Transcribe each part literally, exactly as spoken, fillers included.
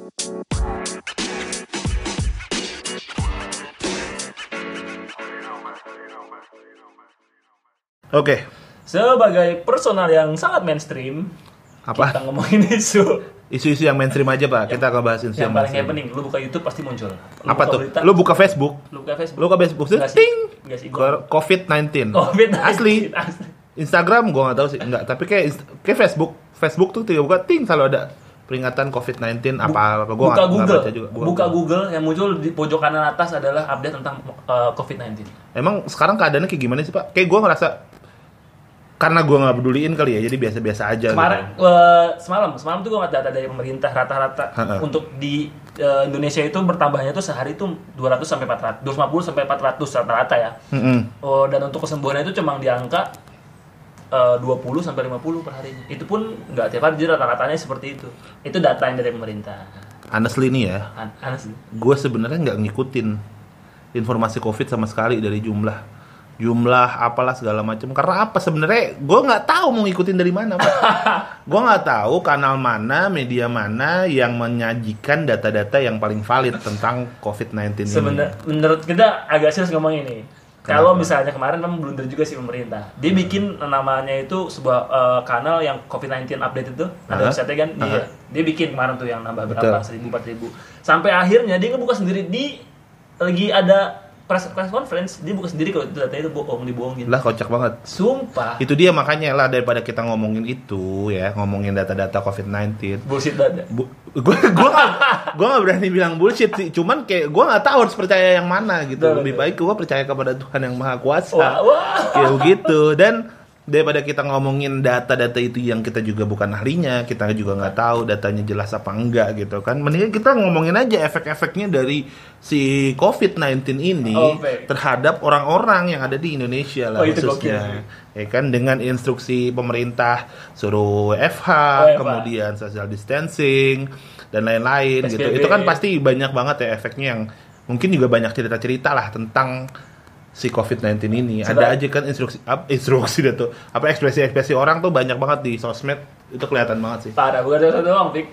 Oke. Sebagai personal yang sangat mainstream, Apa? kita ngomongin isu Isu-isu yang mainstream aja, Pak. Kita akan bahas isu yang yang paling mainstream. happening. Lu buka YouTube pasti muncul. Lu Apa buka tuh? berita, Lu buka Facebook. Lu buka Facebook. Lu buka Facebook tuh Nggak sih. ting. Nggak sih, gua- covid sembilan belas. covid Asli. Asli. Instagram gua enggak tahu sih. Enggak, tapi kayak Inst- kayak Facebook. Facebook tuh tiga buka ting selalu ada peringatan covid sembilan belas apa apa gua Buka nggak- nggak Google. baca juga. Buka Buka Google yang muncul di pojok kanan atas adalah update tentang uh, covid sembilan belas. Emang sekarang keadaannya kayak gimana sih, Pak? Kayak gua ngerasa karena gua nggak peduliin kali ya, jadi biasa-biasa aja. Kemarin gitu. uh, semalam semalam tuh gue ngeliat data dari pemerintah rata-rata Ha-ha. untuk di uh, Indonesia itu bertambahnya tuh sehari itu dua ratus sampai empat ratus, dua ratus lima puluh sampai empat ratus rata-rata ya. Mm-mm. Oh, dan untuk kesembuhannya itu cuma di angka uh, dua puluh sampai lima puluh per harinya. Itu pun nggak tiap hari, jadi rata-ratanya seperti itu. Itu data yang dari pemerintah. Honestly nih ya, An- Aneh sih. gue sebenarnya nggak ngikutin informasi COVID sama sekali dari jumlah jumlah apalah segala macam. Karena apa sebenarnya gue nggak tahu mau ngikutin dari mana, Pak. Gue nggak tahu kanal mana, media mana yang menyajikan data-data yang paling valid tentang covid sembilan belas ini. Sebenarnya menurut kita agak serius ngomong ini. Kenapa? Kalau misalnya kemarin memang blunder juga sih pemerintah. Dia bikin namanya itu sebuah uh, kanal yang covid sembilan belas update itu. Ada Aha. website kan? Dia, Aha. dia bikin kemarin tuh yang nambah Betul. berapa? seribu, empat ribu. Sampai akhirnya dia ngebuka sendiri di lagi ada press, press conference, dia buka sendiri kalau itu datanya itu bohong, dibohongin. Lah kocak banget. Sumpah. Itu dia makanya lah daripada kita ngomongin itu ya, ngomongin data-data covid sembilan belas. Bullshit banget. Bu, gue gue gak, gue gak berani bilang bullshit sih, cuman kayak gue nggak tahu harus percaya yang mana gitu. Betul, Lebih betul. baik gue percaya kepada Tuhan yang Maha Kuasa. Wah, wah. Ya begitu. Dan daripada kita ngomongin data-data itu yang kita juga bukan ahlinya, kita juga nggak tahu datanya jelas apa enggak gitu kan. Mendingan kita ngomongin aja efek-efeknya dari si covid sembilan belas ini Oh, baik. terhadap orang-orang yang ada di Indonesia lah Oh, itu khususnya. gokil. Ya kan, dengan instruksi pemerintah suruh W F H, W F H. kemudian social distancing dan lain-lain P S B B. gitu. Itu kan pasti banyak banget ya efeknya, yang mungkin juga banyak cerita-cerita lah tentang si covid sembilan belas ini. Coba. Ada aja kan instruksi apa instruksi dah tuh. Apa ekspresi-ekspresi orang tuh banyak banget di sosmed. Itu kelihatan banget sih. Parah, bukan satu doang, Pik.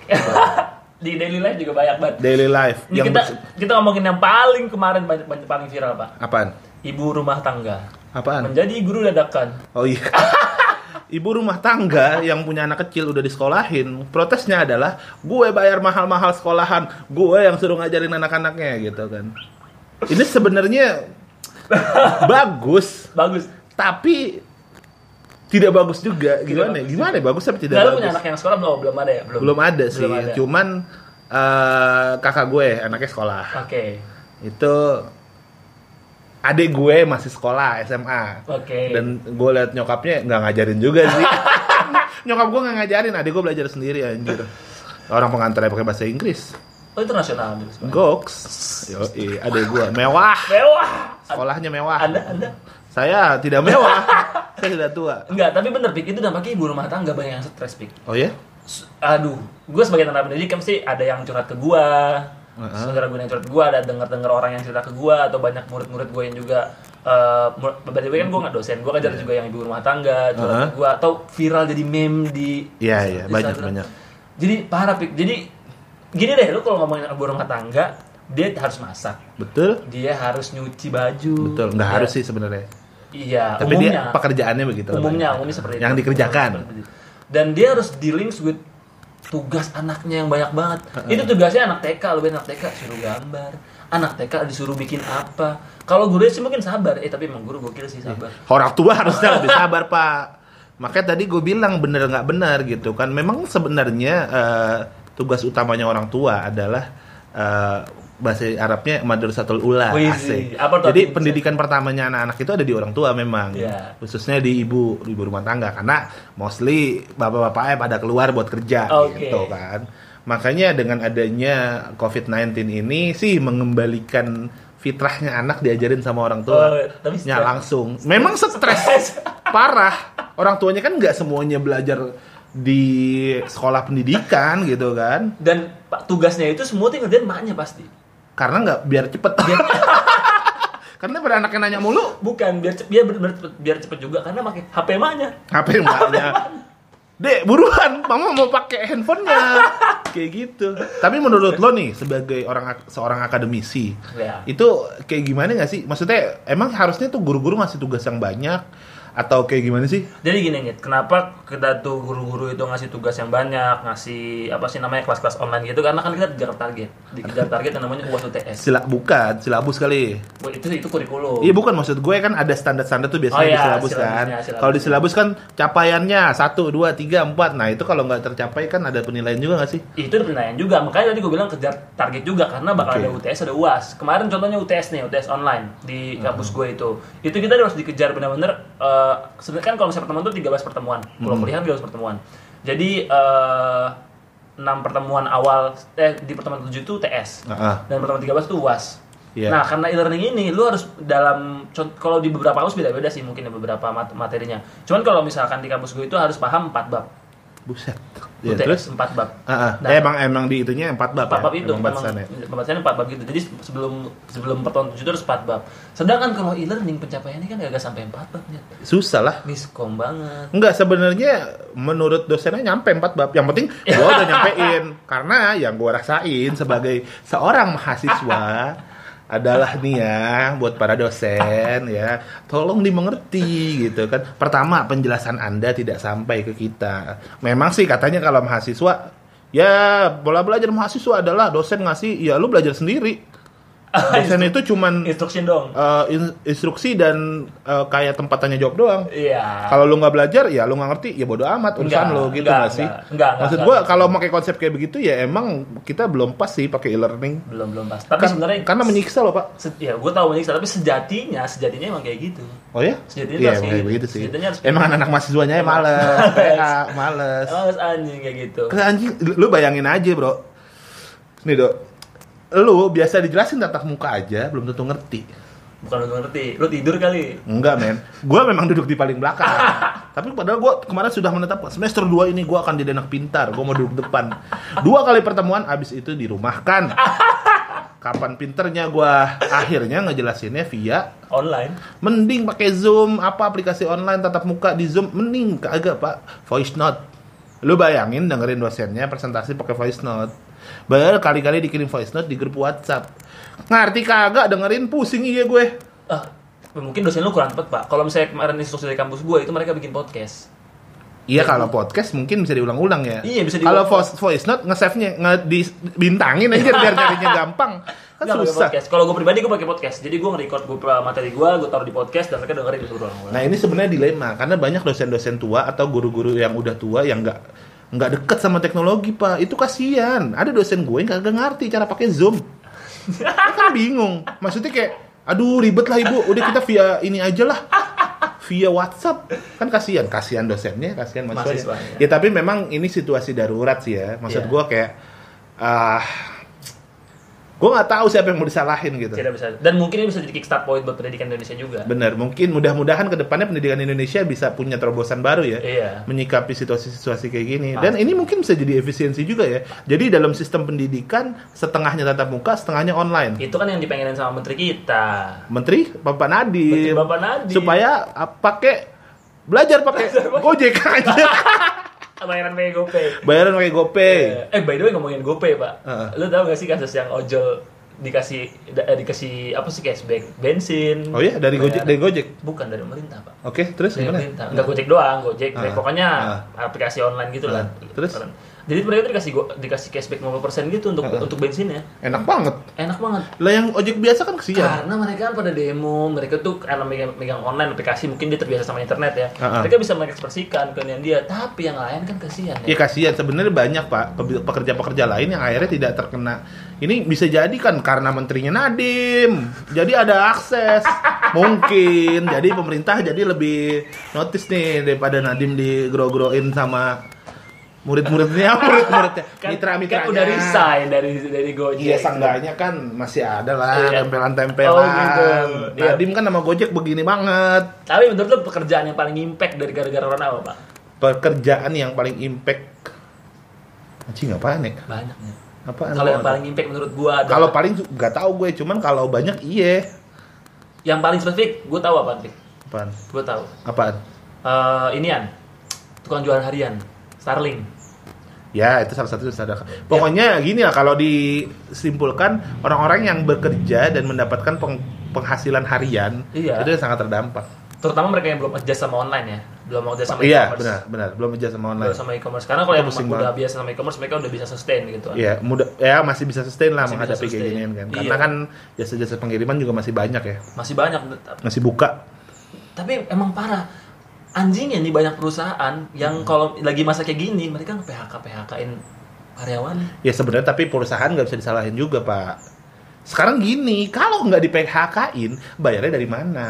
Di daily life juga banyak banget. Daily life Ini yang kita bers- kita ngomongin yang paling kemarin banyak, banyak paling viral, Pak. apaan? Ibu rumah tangga Apaan? menjadi guru dadakan. Oh iya. Ibu rumah tangga yang punya anak kecil udah disekolahin, protesnya adalah gue bayar mahal-mahal sekolahan, gue yang suruh ngajarin anak-anaknya gitu kan. Ini sebenarnya bagus, Bagus. tapi tidak bagus juga. Gimana? bagus Gimana? ya? Bagus tapi tidak Nggak, lu bagus. punya anak yang sekolah belum? Belum ada ya? Belum. Belum ada sih. Belum ada. Cuman eh, kakak gue anaknya sekolah. Oke. Itu adik gue masih sekolah S M A. Oke. Dan gue liat nyokapnya nggak ngajarin juga sih. Nyokap gue nggak ngajarin, adik gue belajar sendiri anjir. Orang pengantarnya pakai bahasa Inggris. Oh, internasional dulu sekolah. Goks. Yoi, adik gue mewah. Mewah. Sekolahnya mewah. Anda Anda Saya tidak mewah. Saya sudah tua. enggak, tapi bener, Pik, itu dampaknya ibu rumah tangga banyak yang stres, Pik. Oh ya? S- Aduh, gue sebagai tenaga pendidik kan mesti ada yang curhat ke gue, Uh-huh. saudara gue yang curhat ke gue, ada denger-denger orang yang cerita ke gue, atau banyak murid-murid gue yang juga uh, by the way kan gue nggak dosen, gue ngajar juga yang ibu rumah tangga, curhat Uh-huh. ke gue, atau viral jadi meme di Iya, iya, di banyak Instagram. banyak. Jadi parah, Pik. Jadi gini deh, lu kalau ngomongin ibu rumah tangga, dia harus masak, Betul? dia harus nyuci baju. Betul. Nggak Dia- harus sih sebenarnya. Iya, Tapi umumnya. dia pekerjaannya begitu. Umumnya, umumnya seperti itu. Yang dikerjakan. Seperti itu. Dan dia harus dealing with tugas anaknya yang banyak banget. Itu tugasnya anak T K, lu anak T K suruh gambar. Anak T K disuruh bikin apa. Kalau guru sih mungkin sabar. Eh, tapi emang guru gokil sih sabar. Orang tua harusnya lebih sabar, Pak. Makanya tadi gue bilang bener nggak benar gitu kan. Memang sebenarnya eh, tugas utamanya orang tua adalah eh, bahasa Arabnya madrasatul ula. Wih, Asik. apa tuh Jadi artinya? pendidikan pertamanya anak-anak itu ada di orang tua memang. Iya. Khususnya di ibu, ibu rumah tangga, karena mostly bapak-bapaknya pada keluar buat kerja Oke. gitu kan. Makanya dengan adanya covid sembilan belas ini sih mengembalikan fitrahnya anak diajarin sama orang tua. Oh, tapi nya stres. langsung. Memang stres parah. Orang tuanya kan nggak semuanya belajar di sekolah pendidikan gitu kan. Dan pak tugasnya itu semua tuh ngerjain maknya pasti. Karena nggak biar cepet. Karena pada anaknya nanya mulu, Bukan biar cepet, biar, biar, cepet, biar cepet juga karena pakai H P maknya. H P mbaknya. Dek, buruan, mama mau pakai handphonenya. Kayak gitu. Tapi menurut lo nih, sebagai orang seorang akademisi, Ya. itu kayak gimana nggak sih? Maksudnya, emang harusnya tuh guru-guru ngasih tugas yang banyak? Atau kayak gimana sih? Jadi gini nih, kenapa kita tuh guru-guru itu ngasih tugas yang banyak, ngasih apa sih namanya kelas-kelas online gitu? Karena kan kita dikejar target, dikejar target yang namanya U A S U T S. Sila, bukan, silabus kali. Wah, itu itu kurikulum. Iya bukan, maksud gue kan ada standar-standar tuh biasanya Oh, di iya, silabus kan. silabusnya, silabusnya. Kalau di silabus kan capaiannya satu, dua, tiga, empat. Nah itu kalau nggak tercapai kan ada penilaian juga nggak sih? Itu penilaian juga, makanya tadi gue bilang kejar target juga karena bakal Oke. ada U T S, ada U A S. Kemarin contohnya U T S nih, U T S online di kampus gue itu. Itu kita harus dikejar benar-benar. Uh, sebenarnya kan kalau misalnya pertemuan itu tiga belas pertemuan, kalau kuliah tiga belas pertemuan. Jadi uh, enam pertemuan awal, eh di pertemuan tujuh itu U T S, Ah, dan pertemuan tiga belas itu U A S. Iya. Nah, karena e-learning ini lu harus dalam cont- kalau di beberapa kampus beda-beda sih mungkin ya beberapa mat- materinya. Cuman kalau misalkan di kampus gue itu harus paham empat bab. Buset. U Ya, T S terus? empat bab. Ah, ah. Nah, Eh, emang emang di itunya empat bab. empat ya? bab itu Emang memang batasannya. pembatasannya empat bab gitu. Jadi sebelum sebelum pertemuan tujuh itu harus empat bab. Sedangkan kalau e-learning pencapaiannya kan agak sampai empat bab ya. Susah lah. Miskom banget. Enggak, sebenarnya menurut dosennya nyampe empat bab. Yang penting gua udah nyampein. Karena yang gua rasain sebagai seorang mahasiswa adalah nih ya, buat para dosen ya, tolong dimengerti gitu kan. Pertama, penjelasan Anda tidak sampai ke kita. Memang sih katanya kalau mahasiswa, ya pola belajar mahasiswa adalah dosen ngasih, ya lu belajar sendiri. Dosen itu cuman Instruction dong. uh, in- instruksi dan uh, kayak tempat tanya jawab doang. Iya. Kalau lu nggak belajar, ya lu nggak ngerti, ya bodo amat urusan Enggak, lu gitu enggak, nggak sih? enggak, enggak, Maksud enggak, gua enggak. kalau pakai konsep kayak begitu ya emang kita belum pas sih pakai e-learning. belum belum pas. Tapi Kan- sebenarnya karena menyiksa loh pak. se- ya gue tahu menyiksa, tapi sejatinya sejatinya emang kayak gitu. Oh ya? Sejatinya Iya harus emang kayak kayak gitu. begitu sih. Sejatinya harus Emang kayak anak mahasiswanya ya males, P A males. Emang harus anjing kayak gitu. Ke anjing, lu bayangin aja bro. Nih dok, lu biasa dijelasin tatap muka aja belum tentu ngerti. Bukan lu ngerti, lu tidur kali. Enggak men, gue memang duduk di paling belakang. Tapi padahal gue kemarin sudah menetapkan semester dua ini gue akan jadi anak pintar, gue mau duduk depan. Dua kali pertemuan, abis itu dirumahkan. Kapan pinternya gue akhirnya ngejelasinnya via Online. mending pakai Zoom, apa aplikasi online tatap muka di Zoom, mending kagak pak, voice note. Lu bayangin dengerin dosennya presentasi pakai voice note. Baru kali-kali dikirim voice note di grup WhatsApp. Ngerti kagak dengerin, pusing iya gue. Ah, mungkin dosen lu kurang tepat, Pak. Kalau misalnya kemarin instruksi dari kampus gue itu mereka bikin podcast. Iya kalau podcast mungkin bisa diulang-ulang ya. Iya, bisa Kalau diulang. voice, voice note nge-save-nya nge dibintangin aja biar carinya gampang. Kan Nggak pakai susah. podcast. Kalau gue pribadi gue pakai podcast. Jadi gue nge-record gue materi gue, gue taruh di podcast dan mereka dengerin itu ulang-ulang. Nah ini sebenarnya dilema karena banyak dosen-dosen tua atau guru-guru yang udah tua yang nggak nggak deket sama teknologi pak. Itu kasihan. Ada dosen gue yang kagak ngerti cara pakai Zoom. Dia kan bingung. Maksudnya kayak, aduh ribet lah ibu. Udah kita via ini aja lah. Via WhatsApp. Kan kasihan. Kasihan dosennya, kasihan mahasiswanya. Mahasiswanya. Ya tapi memang ini situasi darurat sih ya. Maksud Iya. gue kayak, ah gue nggak tahu siapa yang mau disalahin gitu. Tidak bisa. Dan mungkin ini bisa jadi kickstart point buat pendidikan Indonesia juga. Bener, mungkin mudah-mudahan ke depannya pendidikan Indonesia bisa punya terobosan baru ya. Iya. Menyikapi situasi-situasi kayak gini. Pasti. Dan ini mungkin bisa jadi efisiensi juga ya. Jadi dalam sistem pendidikan setengahnya tatap muka, setengahnya online. Itu kan yang dipengenin sama menteri kita. Menteri Bapak Nadiem. Menteri Bapak Nadiem. Supaya ah, pakai belajar pakai Gojek aja. Bayaran pakai GoPay. Bayaran pakai GoPay. Eh, by the way ngomongin GoPay, Pak. Heeh. Lu tahu gak sih kasus yang ojol dikasih da- eh, dikasih apa sih cashback bensin? Oh iya, dari Gojek, Bayaran- dari Gojek. Bukan dari pemerintah, Pak. Oke, terus Dari gimana? pemerintah. Enggak Gojek doang, Gojek. Ah. Pokoknya Ah. aplikasi online gitu lah. Ah. Terus? Jadi mereka tuh dikasih go- dikasih cashback lima puluh persen gitu untuk Ah. untuk bensinnya. Enak banget. Enak banget. Lah yang ojek biasa kan kesian. Karena mereka kan pada demo, mereka tuh karena megang, megang online aplikasi, mungkin dia terbiasa sama internet ya. Ah, ah. Mereka bisa mengekspresikan keunian dia, tapi yang lain kan kasihan Ya ya. kasihan sebenarnya banyak pak pe- pekerja-pekerja lain yang akhirnya tidak terkena. Ini bisa jadi kan karena menterinya Nadiem, jadi ada akses mungkin. Jadi pemerintah jadi lebih notice nih daripada Nadiem digro-groin sama murid-muridnya, murid-muridnya, Kan, mitra-mitranya. kan udah resign dari dari Gojek. Iya seenggaknya kan masih ada lah Iya. tempelan-tempelan. Oh, gitu. Iya. Nadiem kan sama Gojek begini banget. Tapi menurut lo pekerjaan yang paling impact dari gara-gara corona apa, Pak? Pekerjaan yang paling impact. Anjing apaan ya? Banyak nih. Apaan? Kalau yang paling impact menurut gua adalah Kalau paling nggak tahu gue, cuman kalau banyak iya. yang paling spesifik, gua tahu apa, Tik? Apaan? Gua tahu. Apaan? Eh inian. Tukang jualan harian. Starlink. Ya, itu salah satu sadaka. Pokoknya ya. Gini lah, kalau disimpulkan, orang-orang yang bekerja dan mendapatkan peng- penghasilan harian, iya. itu yang sangat terdampak. Terutama mereka yang belum adjust sama online ya, belum adjust sama iya, e-commerce. Iya, benar, benar, belum adjust sama online. Belum sama e-commerce. Karena kalau yang udah banget. biasa sama e-commerce, mereka udah bisa sustain gitu. Iya, mudah, ya masih bisa sustain lah masih menghadapi kayak ginian kan. Iya. Karena kan jasa-jasa pengiriman juga masih banyak ya. Masih banyak. Masih buka. Tapi emang parah. Anjingnya nih banyak perusahaan yang hmm. kalau lagi masa kayak gini, mereka nge-P H K-P H K-in karyawan. Ya sebenarnya tapi perusahaan nggak bisa disalahin juga, Pak. Sekarang gini, kalau nggak di-P H K-in, bayarnya dari mana?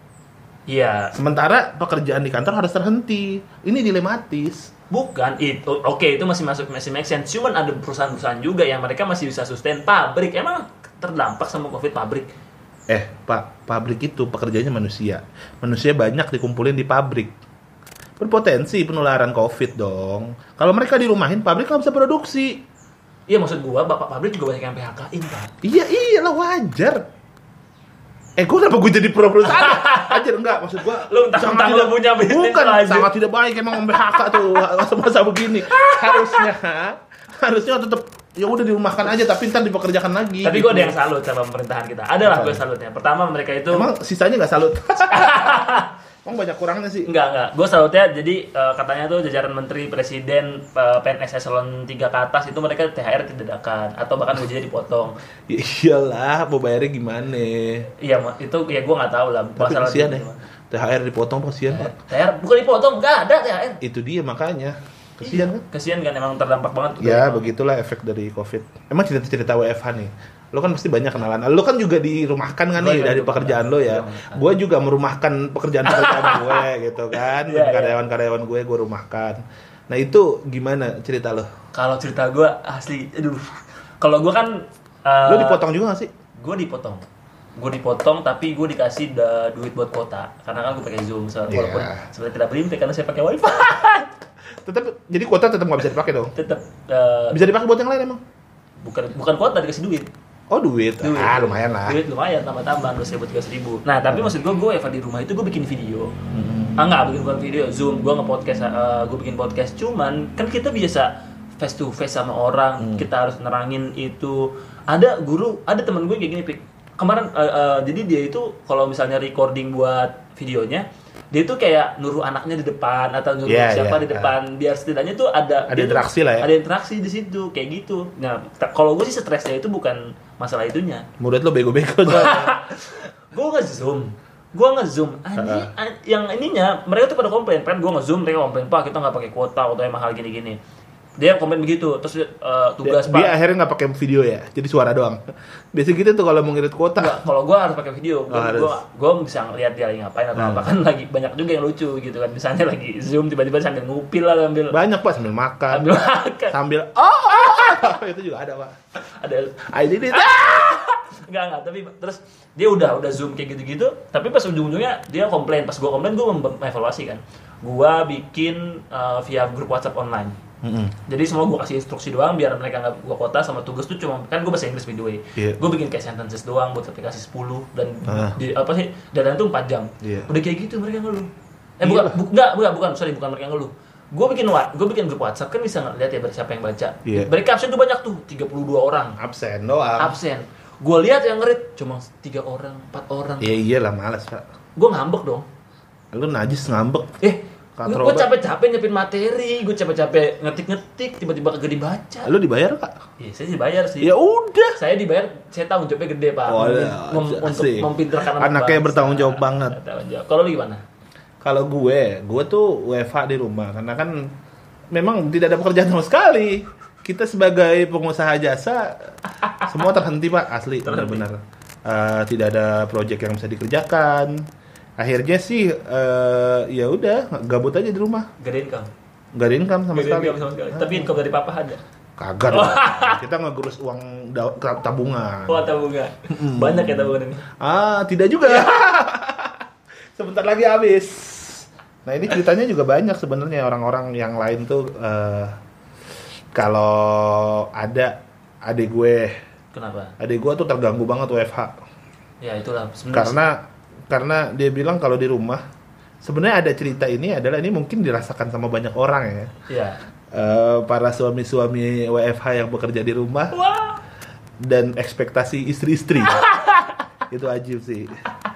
Iya. Sementara pekerjaan di kantor harus terhenti. Ini dilematis. Bukan itu. Oke, okay, itu masih masuk masih make sense. Cuman ada perusahaan-perusahaan juga yang mereka masih bisa sustain. Pabrik emang terdampak sama Covid pabrik. Eh, Pak, pabrik itu pekerjaannya manusia. Manusia banyak dikumpulin di pabrik. Berpotensi penularan Covid dong. Kalau mereka dirumahin, pabrik nggak bisa produksi. Iya, maksud gua, bapak pabrik juga banyak yang P H K-in, Pak. Iya, iyalah wajar. Eh, gue kenapa gue jadi pro perusahaan? Anjir, enggak, maksud gue lu entang-entang lu punya bisnis. Bukan, sangat tidak baik emang P H K tuh masa-masa begini. Harusnya, harusnya tetap ya udah dirumahkan aja, tapi ntar dipekerjakan lagi. Tapi gue ada yang salut sama pemerintahan kita. Adalah gue salutnya. Pertama, mereka itu emang sisanya nggak salut. Emang banyak kurangnya sih. Enggak, enggak. Gue salutnya jadi uh, katanya tuh jajaran menteri, presiden, uh, P N S eselon tiga ke atas itu mereka T H R tidak dadakan atau bahkan gajinya dipotong. Ya iyalah, mau bayarnya gimana? Iya, itu ya gue nggak tahu lah. Tapi kasihan deh. T H R dipotong kasihan, Pak. T H R bukan dipotong, enggak ada T H R. Itu dia makanya. Kasihan kan? Kasihan kan, emang terdampak banget. Ya, begitulah efek dari Covid. Emang cerita-cerita W F H nih. Lo kan pasti banyak kenalan. Lo kan juga dirumahkan kan nih dari pekerjaan lo ya. Gue juga merumahkan pekerjaan-pekerjaan gue gitu kan. Yeah, karyawan-karyawan gue gue rumahkan. Nah itu gimana cerita lo? Kalau cerita gue asli, aduh. Kalau gue kan uh, lo dipotong juga gak sih? Gue dipotong. Gue dipotong tapi gue dikasih da, duit buat kuota. Karena kan gue pakai Zoom so, yeah. Walaupun sebenarnya tidak berlimpah karena saya pakai WiFi. Tetap jadi kuota tetap nggak bisa dipakai dong? Tetap uh, bisa dipakai buat yang lain emang? Bukan bukan kuota, dikasih duit. Oh duit, duit. Ah lumayan lah. Duit lumayan, tambah-tambah dua ribu tiga ribu. Nah tapi hmm. maksud gue, gue Eva di rumah itu gue bikin video. Hmm. Ah nggak, bikin bukan video, Zoom. Gue nge-podcast, uh, gue bikin podcast. Cuman kan kita biasa face to face sama orang, hmm. kita harus nerangin itu. Ada guru, ada teman gue kayak gini, Pik. Kemarin, uh, uh, jadi dia itu kalau misalnya recording buat videonya, dia tuh kayak nuruh anaknya di depan atau nuruh yeah, siapa yeah, di depan yeah. biar setidaknya tuh ada ada interaksi lah ya. Ada interaksi di situ kayak gitu. Nah, t- kalau gue sih stresnya itu bukan masalah itunya. Murid lo bego-bego. Gue nge-zoom. Gue nge-zoom. Anjing uh. yang ininya mereka tuh pada komplain, kan gue nge-zoom mereka komplain, "Pak, kita enggak pakai kuota, kuotanya mahal gini-gini." Dia komen begitu, terus uh, tugas dia, Pak. Dia akhirnya nggak pakai video ya, jadi suara doang. Biasa gitu tuh kalau mau ngirit kuota. Enggak, kalau gue harus pakai video. Gue oh, gue bisa ngeliat dia lagi ngapain atau hmm. apa, kan lagi banyak juga yang lucu gitu kan. Misalnya lagi zoom tiba-tiba sambil ngupil lah, sambil banyak Pak, sambil makan. Sambil makan. Sambil oh, oh. Itu juga ada Pak. Ada. I did it. Enggak, enggak, tapi terus dia udah udah zoom kayak gitu-gitu, tapi pas ujung-ujungnya dia komplain. Pas gue komplain, gue mengevaluasi kan. Gue bikin uh, via grup WhatsApp online. Mm-hmm. Jadi semua gue kasih instruksi doang biar mereka nggak gue kuota, sama tugas tuh cuma kan gue bahasa Inggris by the way. Yeah. Gue bikin kayak sentences doang buat aplikasi sepuluh dan uh. di, apa sih dan itu empat jam. Yeah. Udah kayak gitu mereka ngeluh. Eh bukan, bu, enggak, bukan, bukan, sorry bukan mereka ngeluh. Gue bikin gue bikin grup WhatsApp kan bisa ngeliat ya siapa yang baca. Yeah. Mereka absen tuh banyak tuh, tiga puluh dua orang. Absen doang. Absen. Gue lihat yang ngerit cuma tiga orang, empat orang. Iya iyalah malas Pak. Gue ngambek dong. Lu najis ngambek. Eh gue capek-capek nyepin materi, gue capek-capep ngetik-ngetik, tiba-tiba kagak dibaca. Lu dibayar Pak? Iya, saya dibayar sih. Ya udah. Saya dibayar, saya tanggung jawabnya gede Pak. Oh, Mem- untuk mempintarkan anak. Anaknya bertanggung jawab banget. Kalau lu gimana? Kalau gue, gue tuh W F H di rumah karena kan memang tidak ada pekerjaan sama sekali. Kita sebagai pengusaha jasa semua terhenti Pak, asli benar-benar. Uh, tidak ada proyek yang bisa dikerjakan. Akhirnya sih uh, ya udah gabut aja di rumah. Gak ada income. Gak ada income sama, sekali. sama sekali. Tapi income dari papa ada. Kagak dong. Kita ngegurus uang da- tabungan. Oh, tabungan. Hmm. Banyak ya tabungan ini. Ah, tidak juga. Sebentar lagi habis. Nah, ini ceritanya juga banyak sebenarnya orang-orang yang lain tuh uh, kalau ada adik gue. Kenapa? Adik gue tuh terganggu banget W F H. Ya, itulah sebenarnya. Karena Karena dia bilang kalau di rumah sebenarnya ada cerita ini adalah ini mungkin dirasakan sama banyak orang ya. Iya. eh, para suami-suami W F H yang bekerja di rumah Wah. dan ekspektasi istri-istri. Itu ajib sih.